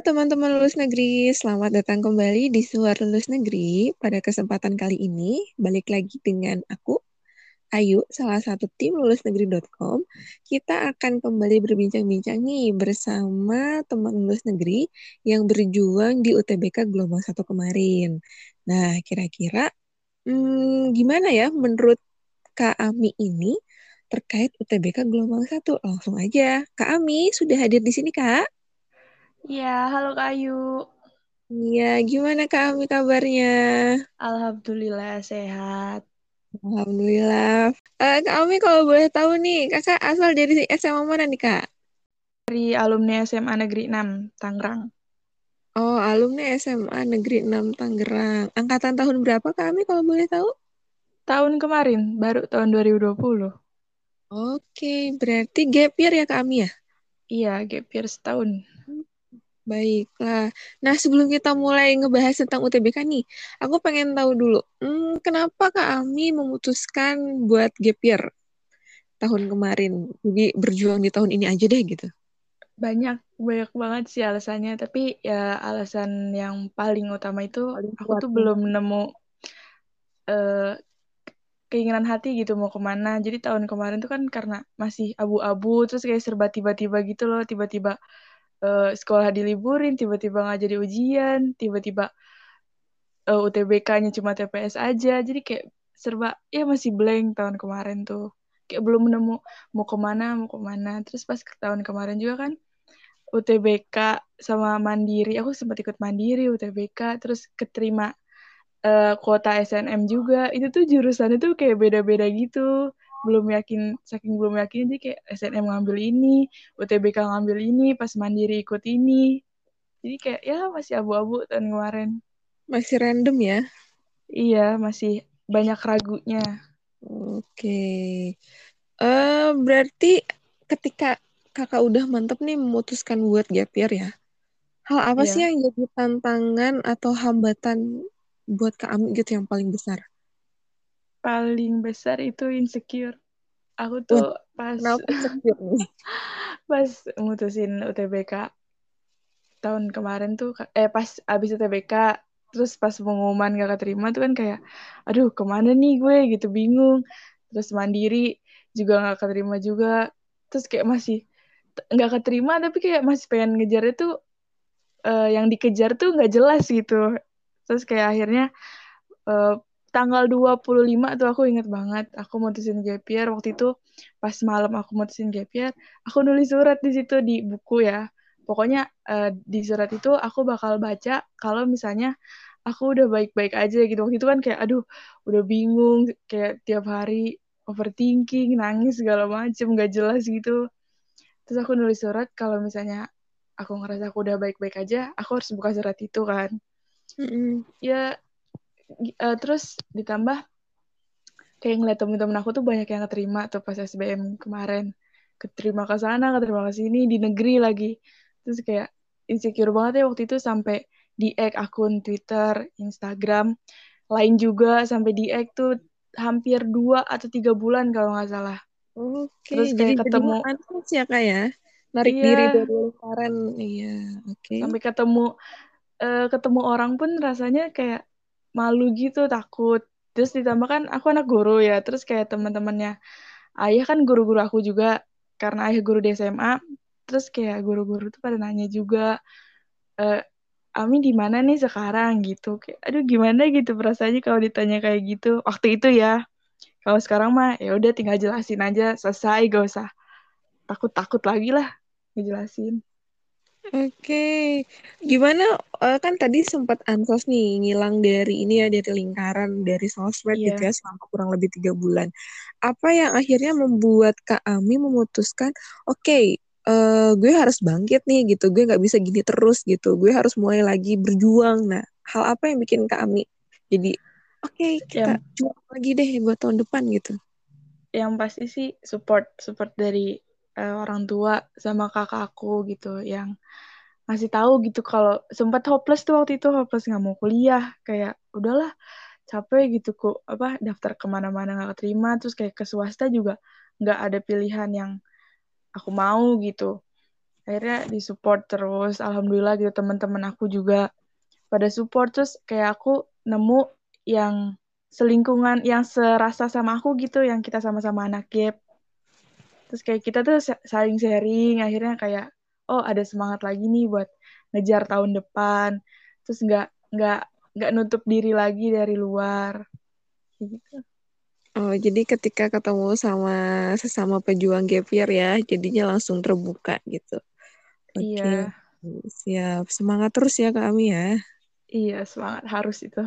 teman-teman lulus negeri, selamat datang kembali di Suara Lulus Negeri. Pada kesempatan kali ini, balik lagi dengan aku, Ayu, salah satu tim lulusnegeri.com. Kita akan kembali berbincang-bincang nih bersama teman lulus negeri yang berjuang di UTBK Gelombang satu kemarin. Nah, kira-kira gimana ya menurut Kak Ami ini terkait UTBK Gelombang satu? Langsung aja, Kak Ami sudah hadir di sini, Kak. Iya, halo Kak Ayu. Iya, gimana Kak Ami kabarnya? Alhamdulillah sehat. Alhamdulillah. Kak Ami kalau boleh tahu nih, kakak asal dari SMA mana nih Kak? Dari alumni SMA Negeri 6, Tangerang. Oh, alumni SMA Negeri 6 Tangerang. Angkatan tahun berapa Kak Ami kalau boleh tahu? Tahun kemarin, baru tahun 2020. Oke, berarti gap year ya Kak Ami ya? Iya, gap year setahun. Hmm, Baiklah. Nah, sebelum kita mulai ngebahas tentang UTBK nih, aku pengen tahu dulu, kenapa Kak Ami memutuskan buat gap year tahun kemarin? Jadi berjuang di tahun ini aja deh gitu. Banyak, banyak banget sih alasannya. Tapi ya alasan yang paling utama itu, Paling aku kuat tuh nih. belum nemu eh, keinginan hati gitu mau kemana. Jadi tahun kemarin tuh kan karena masih abu-abu, terus kayak serba tiba-tiba gitu loh. Tiba-tiba sekolah diliburin, tiba-tiba nggak jadi ujian, tiba-tiba UTBK-nya cuma TPS aja. Jadi kayak serba ya masih blank tahun kemarin tuh. Kayak belum nemu mau kemana. Terus pas ke tahun kemarin juga kan UTBK sama Mandiri. Aku sempat ikut Mandiri, UTBK, terus keterima kuota SNM juga. Itu tuh jurusannya tuh kayak beda-beda gitu. Belum yakin, saking belum yakin jadi kayak SNM ngambil ini, UTBK ngambil ini, pas Mandiri ikut ini. Jadi kayak ya masih abu-abu tahun kemarin. Masih random ya? Iya, masih banyak ragunya. Oke. Berarti ketika kakak udah mantep nih memutuskan buat gap year ya, hal apa sih Iya, yang jadi tantangan atau hambatan buat Kak Ami gitu yang paling besar? paling besar itu insecure. Aku tuh Wah, pas kenapa insecure nih? pas mutusin UTBK tahun kemarin tuh pas abis UTBK terus pas pengumuman gak keterima tuh kan kayak aduh kemana nih gue gitu bingung. Terus Mandiri juga gak keterima juga. Terus kayak masih nggak keterima tapi kayak masih pengen ngejar itu, yang dikejar tuh nggak jelas gitu. Terus kayak akhirnya eh, tanggal 25 tuh aku inget banget aku mutusin gap year waktu itu. Pas malam aku mutusin gap year, aku nulis surat di situ di buku ya. Pokoknya di surat itu aku bakal baca kalau misalnya aku udah baik-baik aja gitu. Waktu itu kan kayak aduh udah bingung, kayak tiap hari overthinking, nangis segala macem gak jelas gitu. Terus aku nulis surat kalau misalnya aku ngerasa aku udah baik-baik aja, aku harus buka surat itu kan. Mm-mm. Ya, terus ditambah kayak ngeliat temen-temen aku tuh banyak yang keterima tuh pas SBM kemarin. Keterima ke sana, keterima ke sini, di negeri lagi. Terus kayak insecure banget ya waktu itu sampai di-hack akun Twitter, Instagram, lain juga sampai di-hack tuh hampir 2 atau 3 bulan kalau nggak salah. Oke, Terus jadi kayak jadinya ketemu, panas ya Kak ya? Narik iya, diri dari lingkaran. Iya, oke. sampai ketemu orang pun rasanya kayak malu gitu, takut. Terus ditambah kan aku anak guru ya, terus kayak teman-temannya ayah kan guru-guru aku juga, karena ayah guru di SMA. Terus kayak guru-guru tuh pada nanya juga, eh, Ami di mana nih sekarang gitu. Kayak aduh gimana gitu perasaannya kalau ditanya kayak gitu waktu itu ya. Kalau sekarang mah ya udah tinggal jelasin aja selesai, gak usah takut-takut lagi lah ngejelasin. Oke, gimana kan tadi sempat ansos nih ngilang dari ini ya dari lingkaran dari sosmed gitu Iya, ya selama kurang lebih 3 bulan. Apa yang akhirnya membuat Kak Ami memutuskan, oke, gue harus bangkit nih gitu, gue nggak bisa gini terus gitu, gue harus mulai lagi berjuang. Nah, hal apa yang bikin Kak Ami jadi, oke, kita yang juang lagi deh buat tahun depan gitu. yang pasti sih support support dari orang tua sama kakak aku gitu yang ngasih tahu gitu kalau sempat hopeless tuh waktu itu, hopeless nggak mau kuliah, kayak udahlah capek gitu kok apa daftar kemana-mana nggak keterima, terus kayak ke swasta juga nggak ada pilihan yang aku mau gitu. akhirnya disupport terus. Alhamdulillah gitu teman-teman aku juga pada support, terus kayak aku nemu yang selingkungan yang serasa sama aku gitu, yang kita sama-sama anak gap. Terus kayak kita tuh saling sharing, akhirnya kayak oh ada semangat lagi nih buat ngejar tahun depan. Terus nggak nggak nutup diri lagi dari luar. Kayak gitu. Oh, jadi ketika ketemu sama sesama pejuang gap year ya, jadinya langsung terbuka gitu. Oke, Iya, siap. Semangat terus ya Kak Ami ya. iya semangat harus itu.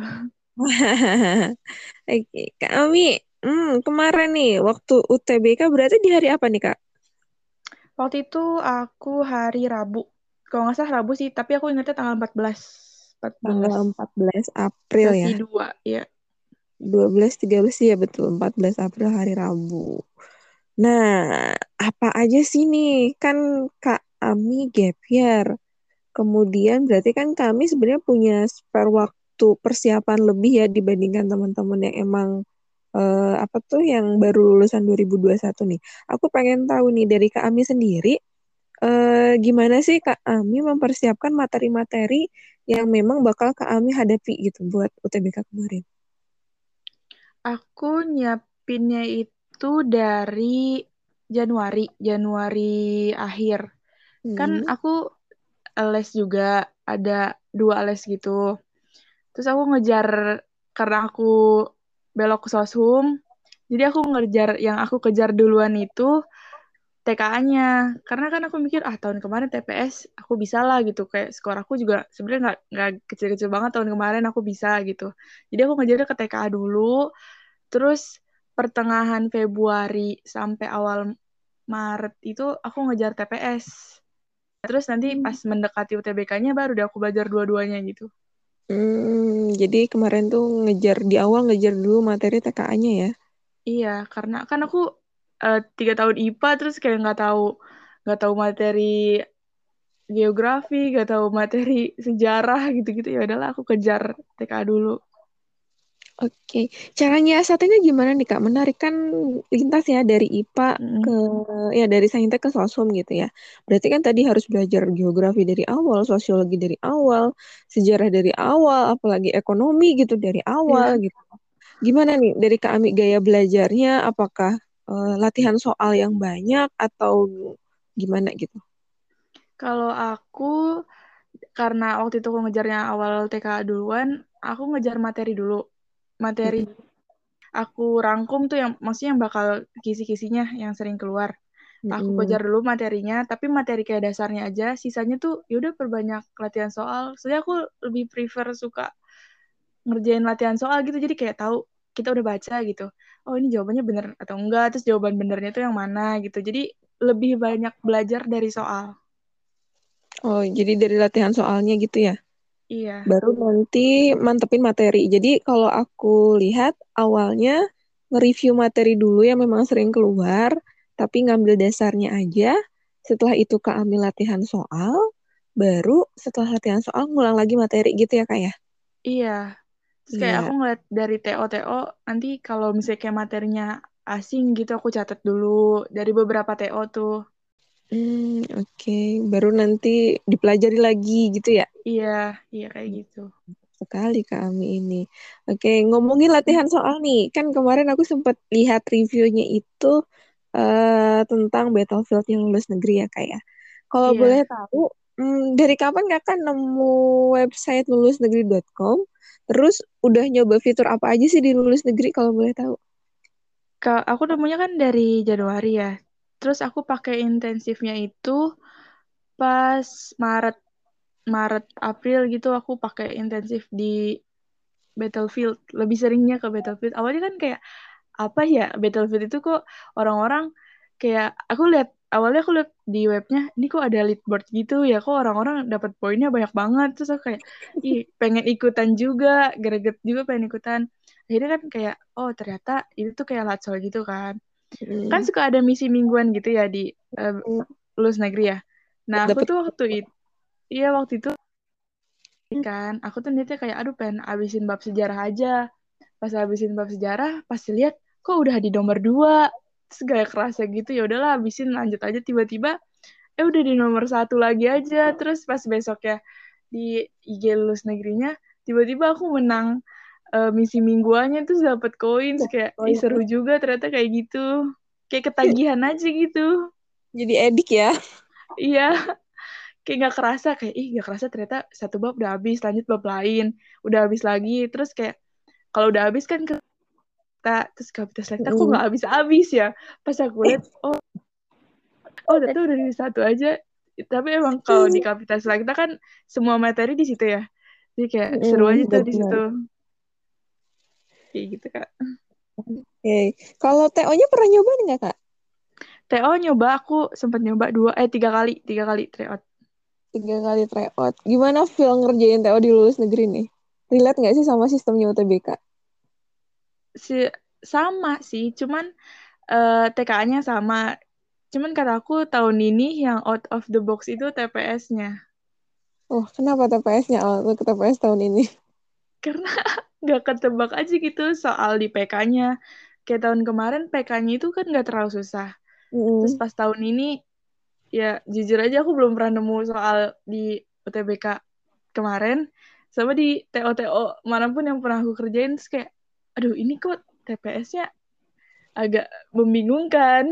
Oke, Kak Ami, kemarin nih waktu UTBK berarti di hari apa nih Kak? Waktu itu aku hari Rabu. Kalau nggak salah Rabu sih, tapi aku ingatnya tanggal 14. 14. Tanggal 14 April Sesi ya. 2 ya. 12, 13 ya betul. 14 April hari Rabu. Nah, apa aja sih nih? Kan Kak Ami gap year. Kemudian berarti kan kami sebenarnya punya spare waktu persiapan lebih ya dibandingkan teman-teman yang emang apa tuh yang baru lulusan 2021 nih. Aku pengen tahu nih dari Kak Ami sendiri, gimana sih Kak Ami mempersiapkan materi-materi yang memang bakal Kak Ami hadapi gitu buat UTBK kemarin? Aku nyiapinnya itu dari Januari, Januari akhir. Kan Hmm. aku les juga, ada 2 les gitu. Terus aku ngejar, karena aku belok ke Soshum, jadi aku ngejar, yang aku kejar duluan itu TKA-nya. Karena kan aku mikir, tahun kemarin TPS aku bisa lah gitu. Kayak skor aku juga sebenarnya nggak kecil-kecil banget, tahun kemarin aku bisa gitu. Jadi aku ngejarnya ke TKA dulu, terus pertengahan Februari sampai awal Maret itu aku ngejar TPS. Terus nanti pas mendekati UTBK-nya baru deh aku belajar dua-duanya gitu. Jadi kemarin tuh di awal ngejar dulu materi TKA-nya ya. Iya, karena kan aku 3 tahun IPA, terus kayak nggak tahu materi geografi, nggak tahu materi sejarah gitu-gitu. Ya udahlah aku kejar TK dulu. Oke, cara nyiasatinnya gimana nih Kak? Menarik kan lintas ya dari IPA ke Mm, ya dari Saintek ke Soshum gitu ya. Berarti kan tadi harus belajar geografi dari awal, sosiologi dari awal, sejarah dari awal, apalagi ekonomi gitu dari awal iya. gitu. Gimana nih dari Kak Ami gaya belajarnya? Apakah latihan soal yang banyak atau gimana gitu? Kalau aku, karena waktu itu aku ngejarnya awal TK duluan, aku ngejar materi dulu. Materi Mm-mm, aku rangkum tuh yang maksudnya yang bakal kisi-kisinya yang sering keluar. Aku mm-mm. kejar dulu materinya, tapi materi kayak dasarnya aja, sisanya tuh yaudah perbanyak latihan soal. Soalnya aku lebih prefer suka ngerjain latihan soal gitu, jadi kayak tahu kita udah baca gitu. Oh ini jawabannya bener atau enggak, terus jawaban benernya tuh yang mana gitu. Jadi lebih banyak belajar dari soal. Oh, jadi dari latihan soalnya gitu ya? Iya, Baru nanti mantepin materi. Jadi kalau aku lihat awalnya nge-review materi dulu yang memang sering keluar, tapi ngambil dasarnya aja. Setelah itu Kak ambil latihan soal, baru setelah latihan soal ngulang lagi materi gitu ya Kak ya? iya. Terus kayak aku Iya. ngeliat dari TO-TO, nanti kalau misalnya kayak materinya asing gitu, aku catat dulu dari beberapa TO tuh. Oke. Baru nanti dipelajari lagi gitu ya? Iya, iya kayak gitu. Sekali Kak Ami ini. Oke, ngomongin latihan soal nih. Kan kemarin aku sempat lihat reviewnya itu tentang Battlefield yang lulus negeri ya Kak ya. Kalau boleh Iya. tahu, dari kapan Kakak nemu website lulusnegeri.com? Terus udah nyoba fitur apa aja sih di lulus negeri kalau boleh tahu? Aku nemunya kan dari Januari ya. Terus aku pakai intensifnya itu pas Maret, Maret April gitu aku pakai intensif di Battlefield. Lebih seringnya ke Battlefield. Awalnya kan kayak apa ya, Battlefield itu kok orang-orang kayak, aku lihat di webnya, ini kok ada leaderboard gitu ya, kok orang-orang dapat poinnya banyak banget. Terus aku kayak ih pengen ikutan juga, greget juga pengen ikutan. Akhirnya kan kayak oh ternyata itu tuh kayak latsol gitu kan. Kan Hmm, suka ada misi mingguan gitu ya di eh, lulus negeri ya. Nah aku dapat tuh waktu itu kan aku tuh niatnya kayak aduh pengen abisin bab sejarah aja. Pas habisin bab sejarah pasti lihat kok udah di nomor 2, terus gak kerasa gitu, ya udahlah habisin lanjut aja. Tiba-tiba udah di nomor 1 lagi aja. Terus pas besoknya di IG lulus negerinya tiba-tiba aku menang misi mingguannya tuh dapat koin kayak Oh, ih iya. seru juga ternyata kayak gitu. Kayak ketagihan aja gitu. Jadi edik ya. Iya, kayak nggak kerasa kayak ih nggak kerasa ternyata satu bab udah habis lanjut bab lain udah habis lagi terus kayak kalau udah habis kan kita terus kapitas lekta kok Mm. nggak habis-habis ya pas aku lihat ternyata udah di satu aja tapi emang kalau di kapitas lekta kan semua materi di situ ya jadi kayak seru aja tuh di situ Benar. kayak gitu kak. Oke. Kalau TO-nya pernah nyoba nggak, Kak? TO nyoba aku sempat nyoba 3 kali tryout. 3 kali tryout. Gimana feel ngerjain TO di lulus negeri nih? Relate nggak sih sama sistemnya UTBK? Si sama sih cuman TKA-nya sama cuman kata aku tahun ini yang out of the box itu TPS-nya Oh, kenapa TPS-nya? Oh, ke TPS tahun ini. karena nggak ketebak aja gitu soal di PK-nya. Kayak tahun kemarin PK-nya itu kan nggak terlalu susah. Terus Mm. pas tahun ini ya jujur aja aku belum pernah nemu soal di UTBK kemarin sama di TO-TO manapun yang pernah aku kerjain terus kayak aduh ini kok TPS-nya agak membingungkan.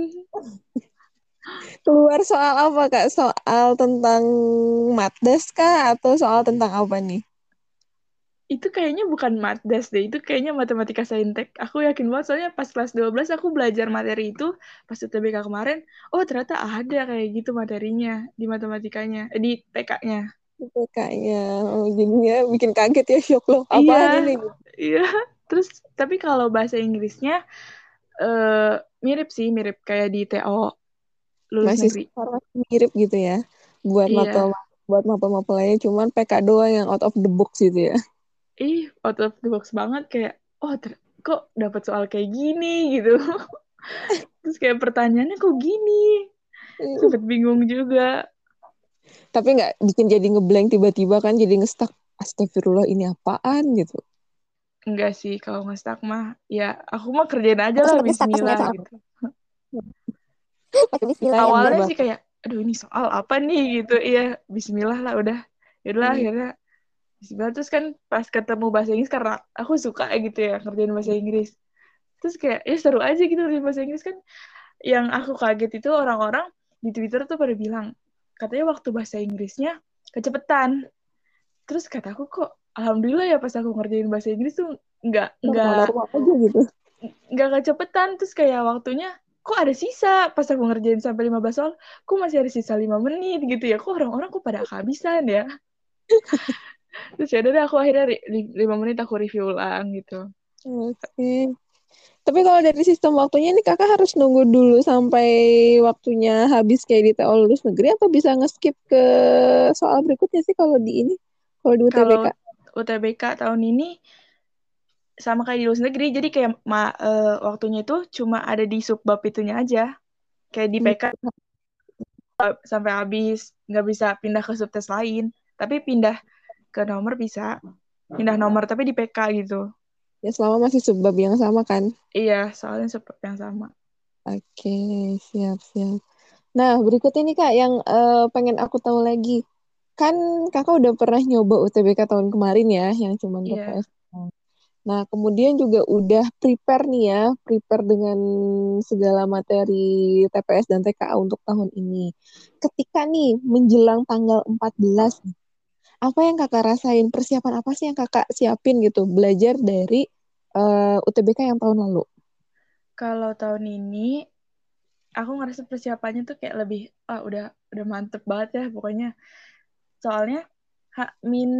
Keluar soal apa, Kak? Soal tentang Matdes kah? Atau soal tentang apa nih? Itu kayaknya bukan Matdas deh, itu kayaknya Matematika Saintek. Aku yakin banget, soalnya pas kelas 12 aku belajar materi itu, pas UTBK kemarin, oh ternyata ada kayak gitu materinya di matematikanya, di TK-nya. UTBK-nya. Oh, jadinya bikin kaget ya, shock loh. Iya, Apaan ini? iya. Terus, tapi kalau bahasa Inggrisnya, eh, mirip sih, mirip kayak di TO lulus Masih negeri. sekarang mirip gitu ya. Buat Iya. mapel-mapel lainnya cuman PK doang yang out of the box gitu ya. Out of the box banget kayak, oh kok dapat soal kayak gini gitu. Terus kayak pertanyaannya kok gini. Sempet bingung juga. Tapi nggak bikin jadi ngeblank tiba-tiba kan jadi ngestak. Astagfirullah ini apaan gitu. Enggak sih, kalau nge-stuck mah, ya aku mah kerjain aja Aku lah, sempat ngestak pas ngeliat bismillah soal. gitu. Pas bismillah yang bener Awalnya banget. sih kayak, aduh ini soal apa nih gitu. Iya, bismillah lah udah. Yaudah Hmm. akhirnya bismillah. Terus kan pas ketemu bahasa Inggris, karena aku suka gitu ya, kerjain bahasa Inggris. Terus kayak, ya seru aja gitu kerjain bahasa Inggris kan. Yang aku kaget itu orang-orang di Twitter tuh pada bilang, katanya waktu bahasa Inggrisnya kecepetan. Terus kataku kok, alhamdulillah ya pas aku ngerjain bahasa Inggris tuh nggak Normal-normal aja gitu. nggak kecepetan terus kayak waktunya kok ada sisa pas aku ngerjain sampai 15 soal kok masih ada sisa 5 menit gitu ya kok orang-orang kok pada kehabisan ya terus ya udah deh, aku akhirnya 5 menit aku review ulang gitu. Oke. Tapi kalau dari sistem waktunya ini kakak harus nunggu dulu sampai waktunya habis kayak di TO lulus negeri atau bisa nge-skip ke soal berikutnya sih kalau di ini, kalau di Kalau UTBK. UTBK tahun ini sama kayak di luar negeri jadi kayak waktunya itu cuma ada di subbab itunya aja kayak di Hmm. PK sampai habis nggak bisa pindah ke subtes lain tapi pindah ke nomor bisa pindah nomor tapi di PK gitu. Ya selama masih subbab yang sama kan. Iya soalnya subbab yang sama. Oke, siap-siap. Nah, berikut ini Kak yang pengen aku tahu lagi. Kan kakak udah pernah nyoba UTBK tahun kemarin ya, yang cuman Iya. TPS. Nah, kemudian juga udah prepare nih ya, prepare dengan segala materi TPS dan TKA untuk tahun ini. Ketika nih menjelang tanggal 14, nih, apa yang kakak rasain? Persiapan apa sih yang kakak siapin gitu? Belajar dari UTBK yang tahun lalu. Kalau tahun ini aku ngerasa persiapannya tuh kayak lebih udah mantep banget ya pokoknya. Soalnya min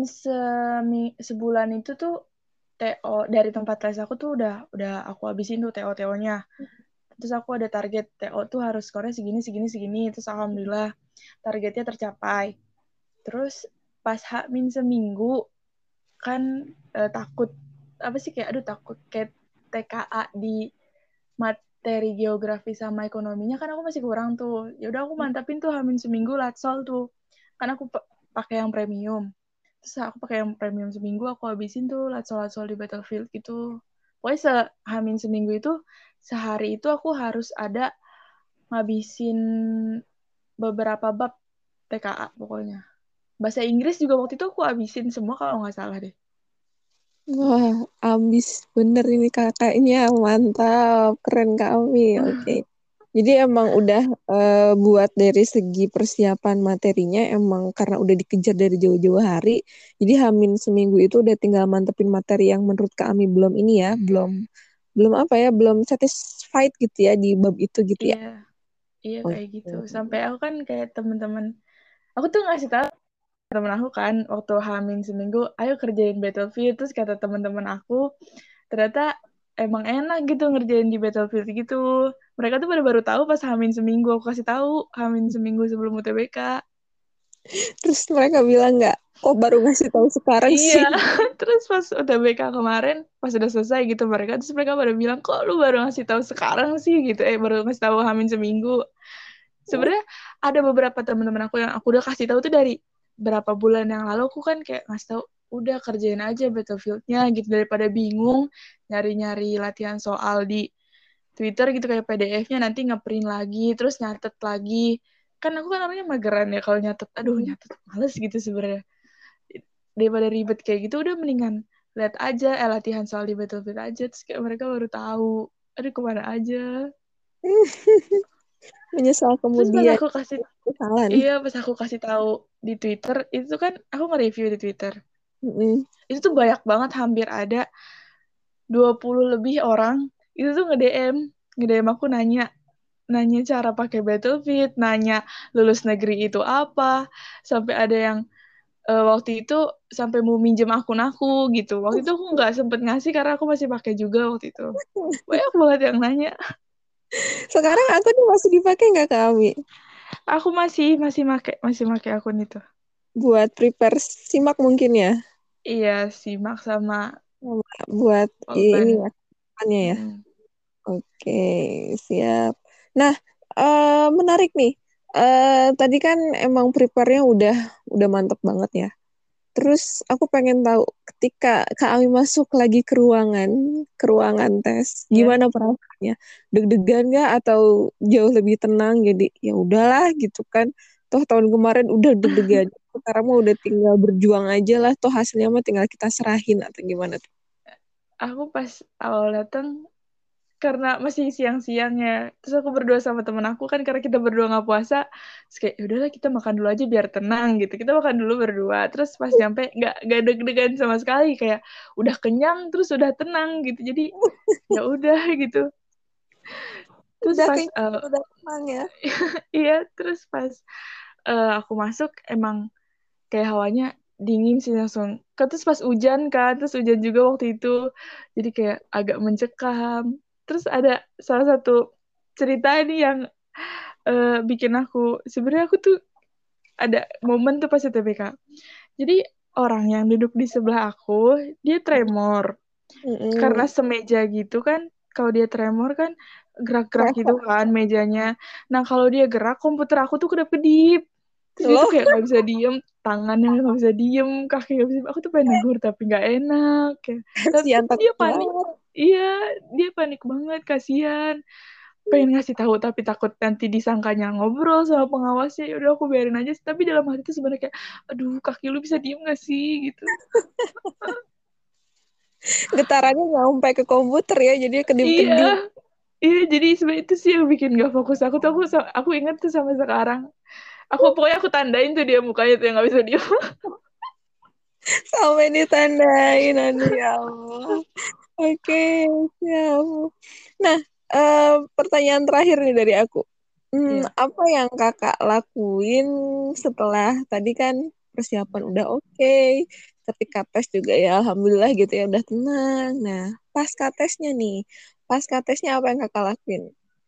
sebulan itu tuh TO dari tempat les aku tuh udah aku habisin tuh TO-TO-nya. Terus aku ada target TO tuh harus skornya segini segini segini. Terus alhamdulillah targetnya tercapai. Terus pas min seminggu kan takut apa sih kayak aduh takut kayak TKA di materi geografi sama ekonominya kan aku masih kurang tuh. Ya udah aku mantapin tuh hamin seminggu latsol tuh. Kan aku pakai yang premium. Terus aku pakai yang premium seminggu aku habisin tuh latsol-latsol di Battlefield gitu. Pokoknya hamin seminggu itu sehari itu aku harus ada ngabisin beberapa bab TKA pokoknya. Bahasa Inggris juga waktu itu aku habisin semua kalau nggak salah deh. Wah, ambis bener ini kakaknya. Mantap, keren kami. Oke. Jadi emang udah buat dari segi persiapan materinya emang karena udah dikejar dari jauh-jauh hari. Jadi Hamin seminggu itu udah tinggal mantepin materi yang menurut kami belum ini ya, belum belum apa ya, belum satisfied gitu ya di bab itu gitu ya. Iya, iya kayak gitu. Oke. Sampai aku kan kayak teman-teman, aku tuh ngasih tahu temen aku kan waktu Hamin seminggu, ayo kerjain Battlefield. Terus kata teman-teman aku, ternyata emang enak gitu ngerjain di Battlefield gitu. Mereka tuh baru tahu pas Hamin seminggu. Aku kasih tahu Hamin seminggu sebelum UTBK. Terus mereka bilang nggak, kok baru ngasih tahu sekarang Iya, sih? terus pas UTBK kemarin, pas udah selesai gitu mereka, terus mereka baru bilang, kok lu baru ngasih tahu sekarang sih gitu, baru ngasih tahu Hamin seminggu. Sebenarnya ada beberapa teman-teman aku yang aku udah kasih tahu tuh dari berapa bulan yang lalu. Aku kan kayak ngasih tahu, udah kerjain aja Battlefield-nya gitu daripada bingung nyari-nyari latihan soal di Twitter gitu kayak PDF-nya nanti ngeprint lagi, terus nyatet lagi. Kan aku kan namanya mageran ya kalau nyatet, aduh nyatet males gitu sebenarnya. Daripada ribet kayak gitu udah mendingan lihat aja latihan soal di Battlefield aja, terus kayak mereka baru tahu aduh kemana aja. Menyesal Terus pas kemudian aku kasih kesalahan. Iya, pas aku kasih tahu di Twitter, itu kan aku nge-review di Twitter. Mm-mm. Itu tuh banyak banget, hampir ada 20 lebih orang. Itu tuh nge-DM aku nanya, nanya cara pakai Battlefield, nanya lulus negeri itu apa, sampai ada yang waktu itu sampai mau minjem akun aku gitu. Waktu itu aku nggak sempet ngasih karena aku masih pakai juga waktu itu. Banyak banget yang nanya. Sekarang aku nih masih dipakai nggak kami Aku masih make akun itu. buat prepare simak mungkin ya, Iya, simak sama buat ini Polban. ya, depannya ya. Mm-mm. Oke, siap. Nah, menarik nih. Tadi kan emang prepare-nya udah mantep banget ya. Terus aku pengen tahu ketika Kak Ami masuk lagi ke ruangan tes, Ya. gimana perasaannya? Deg-degan nggak atau jauh lebih tenang? Jadi ya udahlah gitu kan. Toh tahun kemarin udah deg-degan. Sekarang mah udah tinggal berjuang aja lah. Toh hasilnya mah tinggal kita serahin atau gimana tuh? Aku pas awal datang karena masih siang-siang ya, terus aku berdua sama temen aku kan karena kita berdua nggak puasa, terus kayak "Ya udahlah kita makan dulu aja biar tenang gitu, kita makan dulu berdua." Terus pas nyampe nggak deg-degan sama sekali, kayak udah kenyang terus udah tenang gitu, jadi ya udah gitu. Terus Udah pas kayak udah tenang ya. iya, terus pas aku masuk emang kayak hawanya dingin sih langsung. Terus pas hujan kan, terus hujan juga waktu itu. Jadi kayak agak mencekam. Terus ada salah satu cerita ini yang bikin aku, sebenarnya aku tuh ada momen tuh pas UTBK. Jadi orang yang duduk di sebelah aku, dia tremor. Karena Mm-mm. semeja gitu kan, kalau dia tremor kan gerak-gerak gitu Kerasa. kan mejanya. Nah kalau dia gerak, komputer aku tuh kedap-kedip. Terus dia tuh Loh, kayak nggak bisa diem, tangannya nggak bisa diem, kaki nggak bisa. Aku tuh pengen negur tapi nggak enak. Kayak. kasihan Tapi takut dia panik. banget. Iya, dia panik banget, kasihan. Pengen ngasih tahu tapi takut nanti disangkanya ngobrol sama pengawasnya. Ya udah aku biarin aja. Tapi dalam hati tuh sebenarnya kayak, aduh kaki lu bisa diem gak sih gitu. Getarannya nyampe ke komputer ya, jadi Iya, kedip-kedip. iya jadi sebenarnya itu sih yang bikin gak fokus. Aku tuh aku inget tuh sampai sekarang. Aku pokoknya aku tandain tuh dia mukanya tuh yang gak bisa diem. Sampai ditandain, aduh ya Allah. Oke, siap. Nah, pertanyaan terakhir nih dari aku. Iya. Apa yang kakak lakuin setelah tadi kan persiapan udah oke, ketika tes juga ya alhamdulillah gitu ya udah tenang. Nah, pasca tesnya nih, pasca tesnya apa yang kakak lakuin?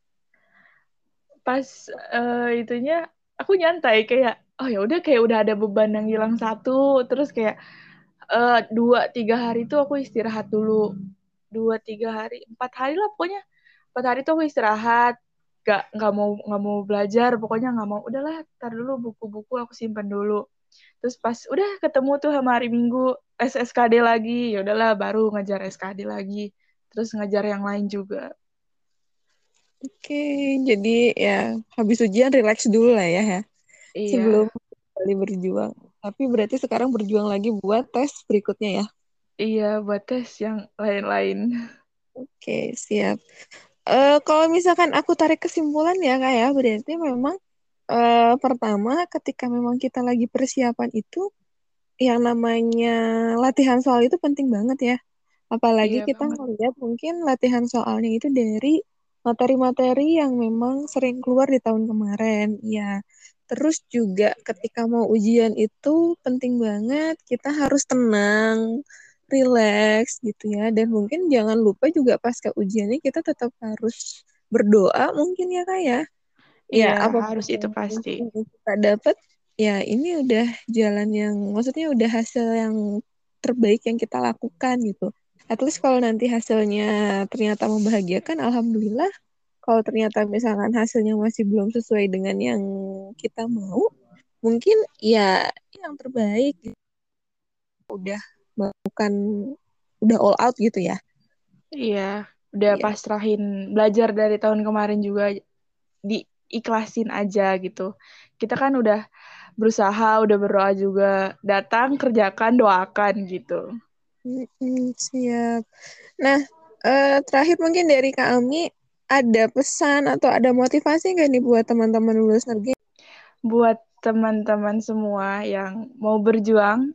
Pas itunya aku nyantai kayak oh ya udah kayak udah ada beban yang hilang satu, terus kayak 2-3 hari tuh aku istirahat dulu, 2-3 hari 4 hari lah pokoknya, 4 hari tuh aku istirahat, nggak mau belajar, pokoknya nggak mau, udahlah tar dulu buku-buku aku simpan dulu. Terus pas udah ketemu tuh sama hari Minggu SSKD lagi, ya udahlah baru ngajar SKD lagi, terus ngajar yang lain juga. Oke, jadi ya habis ujian relax dulu lah ya, Iya, sebelum kembali berjuang. Tapi berarti sekarang berjuang lagi buat tes berikutnya ya. iya buat tes yang lain-lain. Oke, siap. Kalau misalkan aku tarik kesimpulan ya kak ya, berarti memang pertama ketika memang kita lagi persiapan itu, yang namanya latihan soal itu penting banget ya. Apalagi Iya kita banget. ngeliat mungkin latihan soalnya itu dari materi-materi yang memang sering keluar di tahun kemarin. Ya, terus juga ketika mau ujian itu penting banget kita harus tenang, relax gitu ya. Dan mungkin jangan lupa juga pasca ujiannya kita tetap harus berdoa mungkin ya kak ya. Ya, Iya, apapun harus itu yang pasti. mungkin kita dapat, ya ini udah jalan yang, maksudnya udah hasil yang terbaik yang kita lakukan gitu. At least kalau nanti hasilnya ternyata membahagiakan, alhamdulillah. Kalau ternyata misalkan hasilnya masih belum sesuai dengan yang kita mau, mungkin ya yang terbaik gitu. Udah melakukan, udah all out gitu ya. Iya, udah Iya. pasrahin belajar dari tahun kemarin juga diiklasin aja gitu. Kita kan udah berusaha, udah berdoa juga, datang kerjakan, doakan gitu. Siap. Nah, terakhir mungkin dari Kak Ami, ada pesan atau ada motivasi nggak nih buat teman-teman lulus negeri? Buat teman-teman semua yang mau berjuang,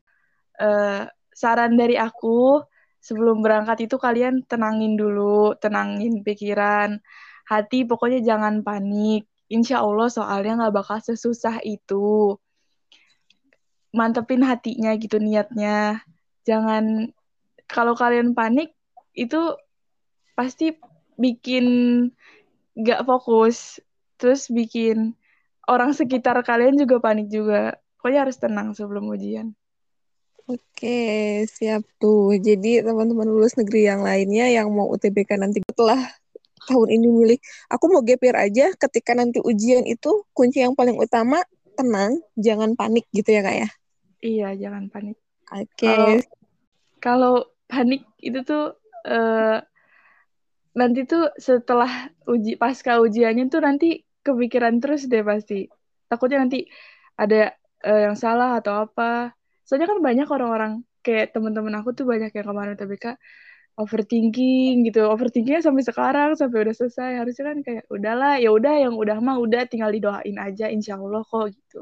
saran dari aku sebelum berangkat itu kalian tenangin dulu, tenangin pikiran, hati, pokoknya jangan panik. Insya Allah soalnya nggak bakal sesusah itu. Mantepin hatinya gitu niatnya. Jangan, kalau kalian panik itu pasti bikin nggak fokus, terus bikin orang sekitar kalian juga panik juga. Pokoknya harus tenang sebelum ujian. Oke, siap tuh. Jadi teman-teman lulus negeri yang lainnya yang mau UTBK nanti setelah tahun ini milih, aku mau gap year aja, ketika nanti ujian itu kunci yang paling utama tenang, jangan panik gitu ya Kak ya. Iya, jangan panik. Kalau Oke. kalau panik itu tuh eh, nanti tuh setelah pasca ujiannya tuh nanti kepikiran terus deh pasti. Takutnya nanti ada yang salah atau apa. Soalnya kan banyak orang-orang kayak teman-teman aku tuh banyak yang kemarin UTBK overthinking gitu. Overthinkingnya sampai sekarang sampai udah selesai. Harusnya kan kayak udahlah, ya udah yang udah mah udah tinggal didoain aja insya Allah kok gitu.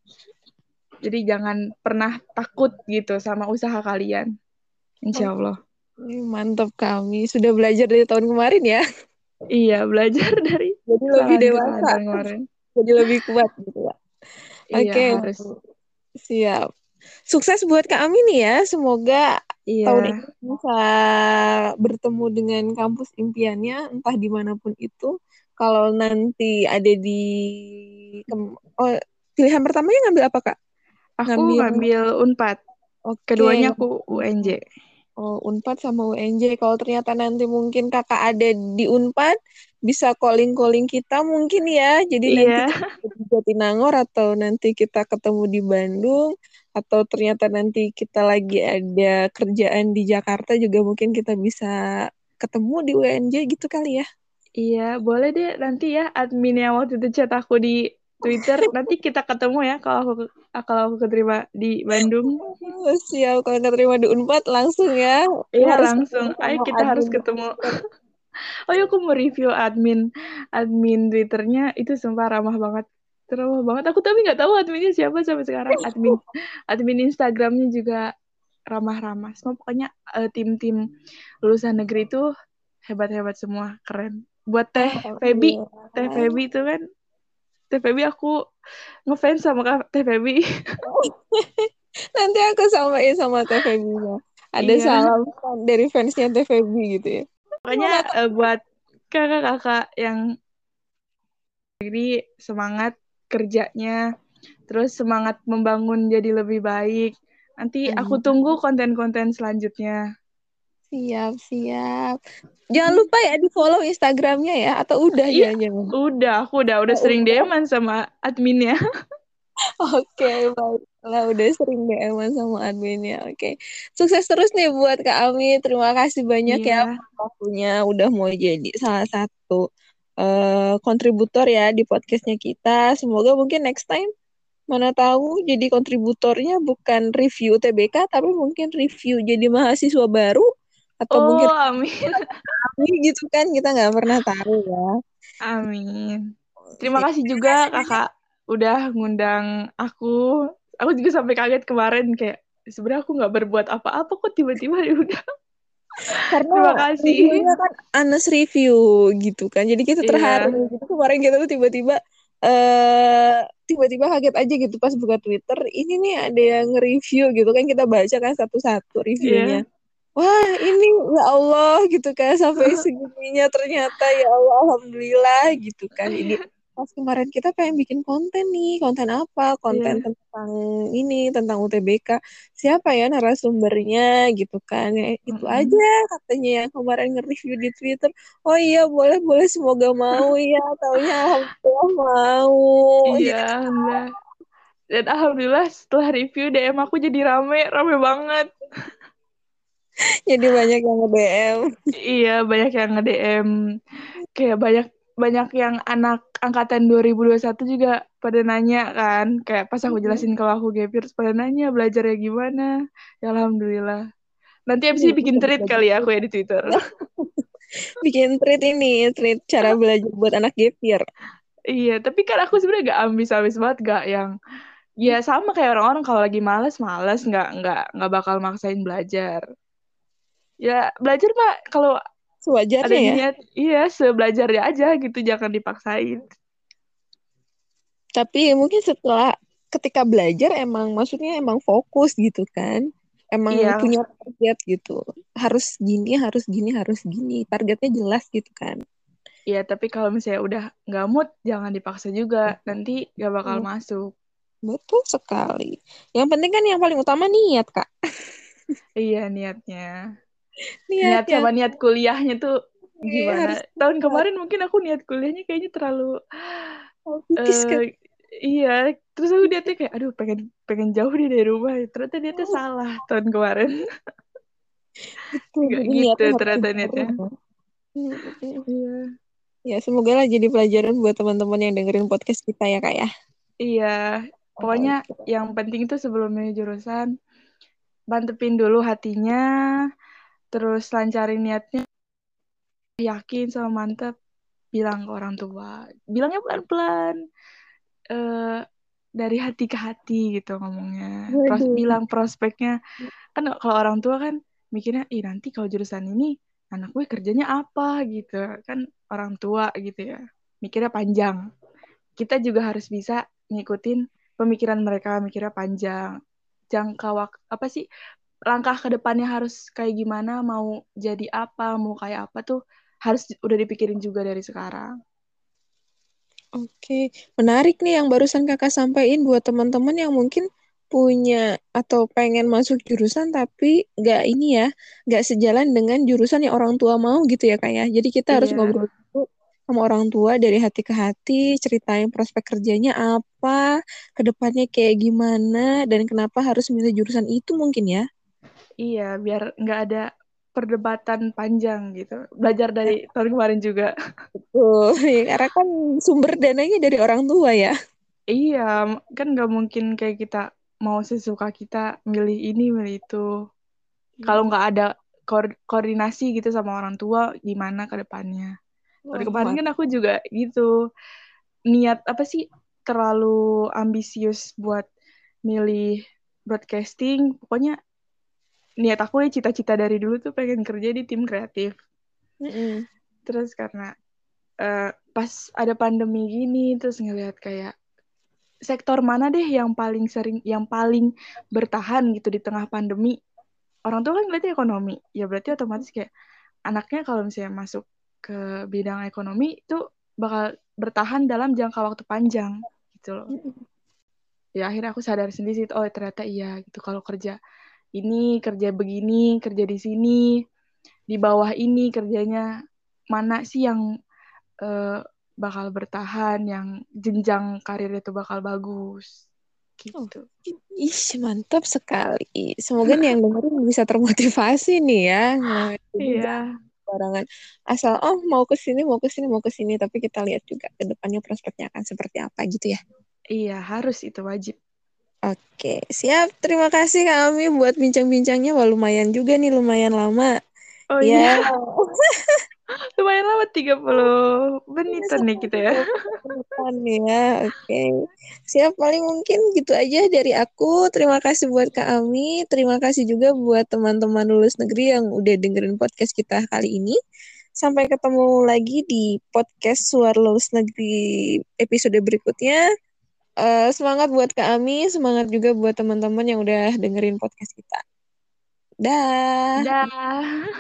Jadi jangan pernah takut gitu sama usaha kalian. Insya Oke, Allah. mantap kami. Sudah belajar dari tahun kemarin ya. Iya, belajar dari Jadi lebih kesalahan-kesalahan dewasa, tahun kemarin. jadi lebih kuat gitu ya. Iya, Oke, harus. siap. Sukses buat Kak Amin nih ya. Semoga tahun Iya, ini bisa bertemu dengan kampus impiannya, entah dimanapun itu. Kalau nanti ada di oh, pilihan pertamanya ngambil apa Kak? aku Ngambil ngambil Unpad. oke, Keduanya aku UNJ. ngambil Unpad sama UNJ. Kalau ternyata nanti mungkin kakak ada di Unpad, bisa calling-calling kita mungkin ya. Jadi nanti Iya, kita di Jatinangor atau nanti kita ketemu di Bandung, atau ternyata nanti kita lagi ada kerjaan di Jakarta juga mungkin kita bisa ketemu di UNJ gitu kali ya. iya, boleh deh nanti ya admin yang waktu itu chat aku di Twitter. Nanti kita ketemu ya kalau aku keterima di Bandung. Oh, siap, kalau nggak terima di Unpad langsung ya. Iya, Harus langsung. ketemu Ayo sama kita harus admin di ketemu. Twitter. Oh ya, aku mau review admin admin Twitternya itu sumpah ramah banget. Ramah banget. Aku tapi nggak tahu adminnya siapa sampai sekarang. Admin Instagramnya juga ramah-ramah. Semua pokoknya tim-tim lulusan negeri itu hebat-hebat semua, keren. Buat Teh Alhamdulillah. Feby itu kan, Teh Feby aku ngefans sama Teh Feby. Nanti aku samain sama Teh Feby-nya. Ada Iya, salam dari fansnya Teh Feby gitu ya. pokoknya Gimana Kak? buat kakak-kakak yang semangat kerjanya, terus semangat membangun jadi lebih baik. Nanti aku Hmm, tunggu konten-konten selanjutnya. siap, siap. Jangan lupa ya di follow Instagramnya ya. Atau udah Iya, jangan-jangan. aku udah Oh, sering udah. DM-an sama adminnya. Oke, baiklah. Udah sering DM-an sama adminnya. Oke. Sukses terus nih buat Kak Ami. Terima kasih banyak ya Iya, buat waktunya. Udah mau jadi salah satu. kontributor ya di podcastnya kita. Semoga mungkin next time mana tahu jadi kontributornya bukan review TBK tapi mungkin review jadi mahasiswa baru atau mungkin Oh, amin. kami gitu kan kita nggak pernah tahu ya. Amin. Terima Oke. kasih Terima juga kasih banyak. kakak udah ngundang aku. Aku juga sampai kaget kemarin kayak sebenarnya aku nggak berbuat apa-apa kok tiba-tiba udah. Karena Terima kasih. reviewnya kan honest review gitu kan. Jadi kita terharu Iya, gitu. Kemarin kita tuh eh tiba-tiba kaget aja gitu pas buka Twitter. Ini nih ada yang nge-review gitu kan kita baca kan satu-satu reviewnya. iya. Wah, ini ya Allah gitu kan sampai segininya ternyata ya Allah alhamdulillah gitu kan. Jadi pas kemarin kita pengen bikin konten nih, konten apa? Konten Iya, tentang ini, tentang UTBK. Siapa ya narasumbernya gitu kan. Ya, itu aja mm-mm. katanya yang kemarin nge-review di Twitter. Oh iya, boleh boleh semoga mau ya. Taunya alhamdulillah mau. Iya, Jadi alhamdulillah. Dan alhamdulillah setelah review DM aku jadi rame, rame banget. jadi banyak yang nge-DM. Iya, banyak yang nge-DM. Kayak banyak banyak yang anak angkatan 2021 juga pada nanya kan. Kayak pas aku jelasin kalau aku gap year, terus pada nanya belajarnya gimana. Ya alhamdulillah. Nanti abis ini bikin Jadi thread belajar. kali ya aku ya di Twitter. Bikin treat ini, treat cara belajar buat anak gap year. Iya, tapi kan aku sebenarnya gak ambis-ambis banget, gak yang ya sama kayak orang-orang kalau lagi males males nggak bakal maksain belajar. Ya belajar mah kalau ada Sewajarnya ya. niat, iya sebelajarnya aja gitu, jangan dipaksain. Tapi mungkin setelah ketika belajar emang maksudnya emang fokus gitu kan. Emang Iya, punya target gitu. Harus gini, harus gini, harus gini. Targetnya jelas gitu kan. iya tapi kalau misalnya udah nggak mood, jangan dipaksa juga, nanti gak bakal Hmm, masuk. betul sekali. Yang penting kan yang paling utama niat, Kak. Iya niatnya, Niat niat yang sama niat kuliahnya tuh gimana? harus Tahun kuat. kemarin mungkin aku niat kuliahnya kayaknya terlalu Tipis eh kan. iya, terus aku niatnya kayak aduh pengen pengen jauh deh dari rumah, ternyata niatnya salah tahun kemarin. Betul, Nggak jadi gitu niatnya harus ternyata niatnya. dibenerin ya. Hmm. Iya, Ya, semoga lah jadi pelajaran buat teman-teman yang dengerin podcast kita ya, Kak ya. iya. Pokoknya Oke. yang penting itu sebelum milih jurusan, mantepin dulu hatinya, terus lancarin niatnya, yakin sama mantep, bilang ke orang tua. Bilangnya pelan-pelan, eh, dari hati ke hati gitu ngomongnya. Waduh. Bilang prospeknya. Kan kalau orang tua kan mikirnya, ih nanti kalau jurusan ini, anak gue kerjanya apa gitu. Kan orang tua gitu ya. Mikirnya panjang. Kita juga harus bisa ngikutin pemikiran mereka, mikirnya panjang. Jangka waktu, apa sih, langkah ke depannya harus kayak gimana, mau jadi apa, mau kayak apa tuh harus udah dipikirin juga dari sekarang. Oke, menarik nih yang barusan kakak sampaikan buat teman-teman yang mungkin punya atau pengen masuk jurusan tapi nggak ini ya, nggak sejalan dengan jurusan yang orang tua mau gitu ya kak ya. Jadi kita harus Iya, ngobrol dulu sama orang tua dari hati ke hati, ceritain prospek kerjanya apa, kedepannya kayak gimana, dan kenapa harus milih jurusan itu mungkin ya. iya, biar nggak ada perdebatan panjang gitu. Belajar dari tahun kemarin juga. Tuh, karena kan sumber dananya dari orang tua ya. Iya, kan nggak mungkin kayak kita mau sesuka kita milih ini, milih itu. Kalau nggak ada koordinasi gitu sama orang tua, gimana ke depannya. Tahun Wah, kemarin kan aku juga gitu. Niat apa sih, terlalu ambisius buat milih broadcasting. Pokoknya niat aku ya cita-cita dari dulu tuh pengen kerja di tim kreatif. mm-mm. Terus karena pas ada pandemi gini, terus ngelihat kayak sektor mana deh yang paling sering, yang paling bertahan gitu di tengah pandemi. Orang tua kan ngeliatnya ekonomi, ya berarti otomatis kayak anaknya kalau misalnya masuk ke bidang ekonomi itu bakal bertahan dalam jangka waktu panjang gitu loh. Ya akhirnya aku sadar sendiri sih, oh ternyata iya gitu, kalau kerja ini, kerja begini, kerja di sini, di bawah ini kerjanya, mana sih yang eh, bakal bertahan, yang jenjang karir itu bakal bagus Oh, gitu. ih, mantap sekali. Semoga nih yang dengerin bisa termotivasi nih ya. Nah, itu juga Iya. barangan asal mau ke sini mau ke sini mau ke sini, tapi kita lihat juga ke depannya prospeknya akan seperti apa gitu ya. Iya, harus itu wajib. Oke, siap. Terima kasih kami buat bincang-bincangnya. Wah, lumayan juga nih, lumayan lama. Oh Ya, iya, lumayan lama 30 menitan nih kita ya. depan ya. Oke. Siap, paling mungkin gitu aja dari aku. Terima kasih buat Kak Ami. Terima kasih juga buat teman-teman lulus negeri yang udah dengerin podcast kita kali ini. Sampai ketemu lagi di podcast Suara Lulus Negeri episode berikutnya. Semangat buat Kak Ami, semangat juga buat teman-teman yang udah dengerin podcast kita. Dah. Dah.